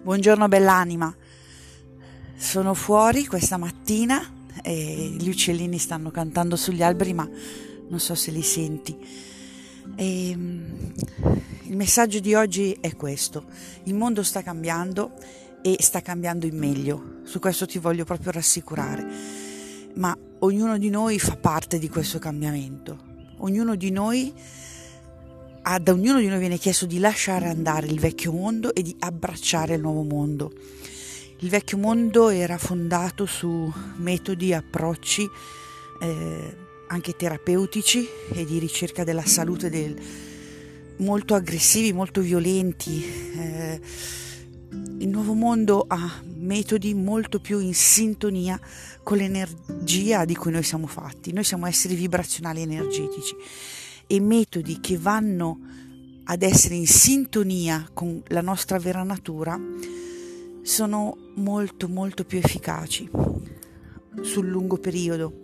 Buongiorno bell'anima, sono fuori questa mattina e gli uccellini stanno cantando sugli alberi, ma non so se li senti. Il messaggio di oggi è questo: il mondo sta cambiando e sta cambiando in meglio, su questo ti voglio proprio rassicurare, ma ognuno di noi fa parte di questo cambiamento, da ognuno di noi viene chiesto di lasciare andare il vecchio mondo e di abbracciare il nuovo mondo. Il vecchio mondo era fondato su metodi, approcci anche terapeutici e di ricerca della salute molto aggressivi, molto violenti. Il nuovo mondo ha metodi molto più in sintonia con l'energia di cui noi siamo fatti. Noi siamo esseri vibrazionali energetici e metodi che vanno ad essere in sintonia con la nostra vera natura sono molto molto più efficaci sul lungo periodo.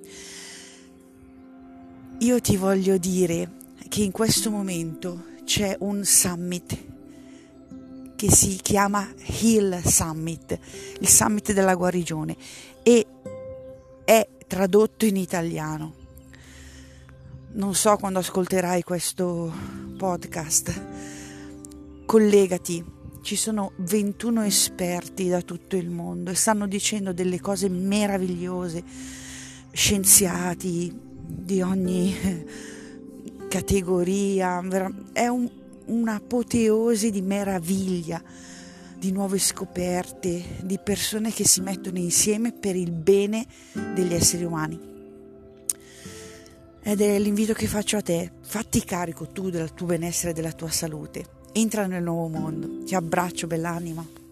Io ti voglio dire che in questo momento c'è un summit che si chiama Heal Summit, il summit della guarigione, e è tradotto in italiano. Non so quando ascolterai questo podcast, collegati, ci sono 21 esperti da tutto il mondo e stanno dicendo delle cose meravigliose, scienziati di ogni categoria, è un'apoteosi di meraviglia, di nuove scoperte, di persone che si mettono insieme per il bene degli esseri umani. Ed è l'invito che faccio a te: fatti carico tu del tuo benessere e della tua salute, entra nel nuovo mondo. Ti abbraccio bell'anima.